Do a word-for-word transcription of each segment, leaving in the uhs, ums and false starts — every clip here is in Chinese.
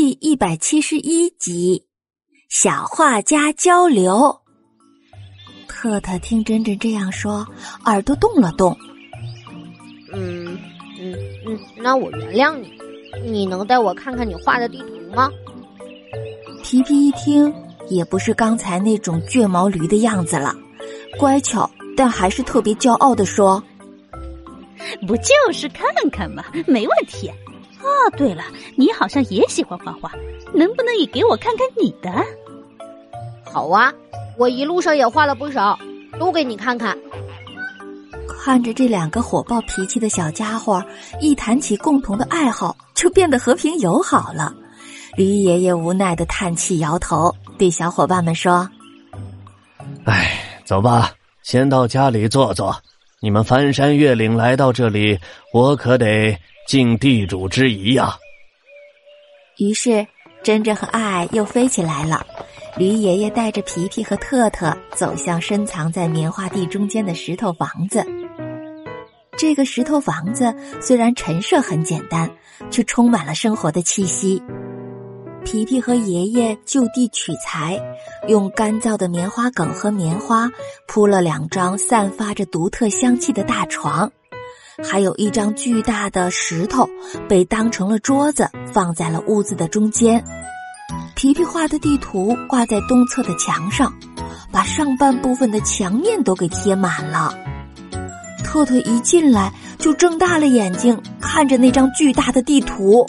第一百七十一集，小画家交流。特特听珍珍这样说，耳朵动了动。 嗯嗯嗯，那我原谅你。你能带我看看你画的地图吗？ 皮皮一听，也不是刚才那种倔毛驴的样子了，乖巧，但还是特别骄傲地说： 不就是看看嘛，没问题。哦，对了，你好像也喜欢画画，能不能也给我看看你的？ 好啊，我一路上也画了不少，都给你看看。 看着这两个火爆脾气的小家伙，一谈起共同的爱好，就变得和平友好了。驴爷爷无奈地叹气摇头，对小伙伴们说： 哎，走吧，先到家里坐坐。你们翻山越岭来到这里，我可得尽地主之谊呀。 于是珍珍和爱爱又飞起来了。驴爷爷带着皮皮和特特走向深藏在棉花地中间的石头房子。这个石头房子虽然陈设很简单，却充满了生活的气息。皮皮和爷爷就地取材，用干燥的棉花梗和棉花铺了两张散发着独特香气的大床，还有一张巨大的石头被当成了桌子，放在了屋子的中间。皮皮画的地图挂在东侧的墙上，把上半部分的墙面都给贴满了。特特一进来就睁大了眼睛看着那张巨大的地图。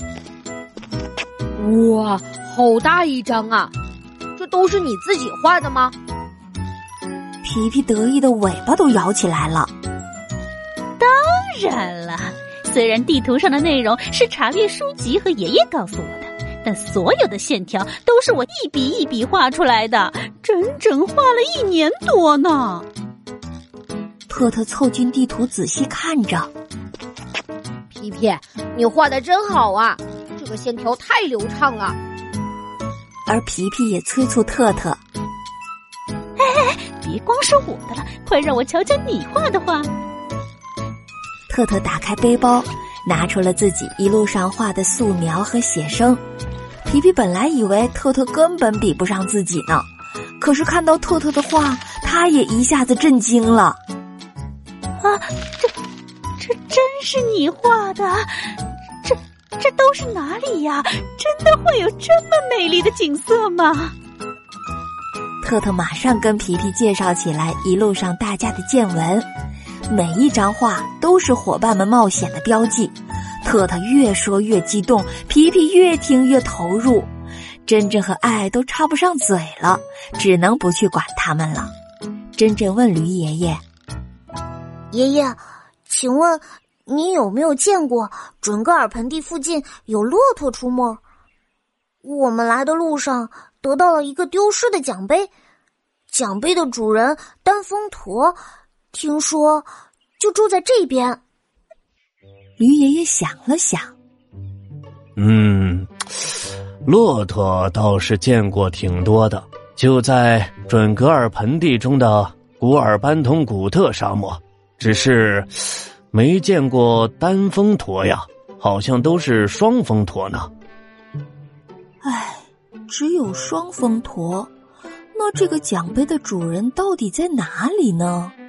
哇，好大一张啊！这都是你自己画的吗？ 皮皮得意的尾巴都摇起来了。 当然了，虽然地图上的内容是查阅书籍和爷爷告诉我的，但所有的线条都是我一笔一笔画出来的，整整画了一年多呢。 特特凑近地图仔细看着。 皮皮，你画得真好啊，这个线条太流畅了。 而皮皮也催促特特： 哎哎，别光说我的了，快让我瞧瞧你画的画。 特特打开背包，拿出了自己一路上画的素描和写生。皮皮本来以为特特根本比不上自己呢，可是看到特特的画，他也一下子震惊了。 啊，这这真是你画的？这这都是哪里呀？真的会有这么美丽的景色吗？ 特特马上跟皮皮介绍起来一路上大家的见闻，每一张画都是伙伴们冒险的标记。特特越说越激动，皮皮越听越投入，珍珍和爱都插不上嘴了，只能不去管他们了。珍珍问驴爷爷： 爷爷，请问你有没有见过准格尔盆地附近有骆驼出没？我们来的路上得到了一个丢失的奖杯，奖杯的主人丹峰驼，听说就住在这边。 驴爷爷想了想， 嗯，骆驼倒是见过挺多的，就在准格尔盆地中的古尔班通古特沙漠，只是没见过单峰驼呀，好像都是双峰驼呢。 唉，只有双峰驼，那这个奖杯的主人到底在哪里呢？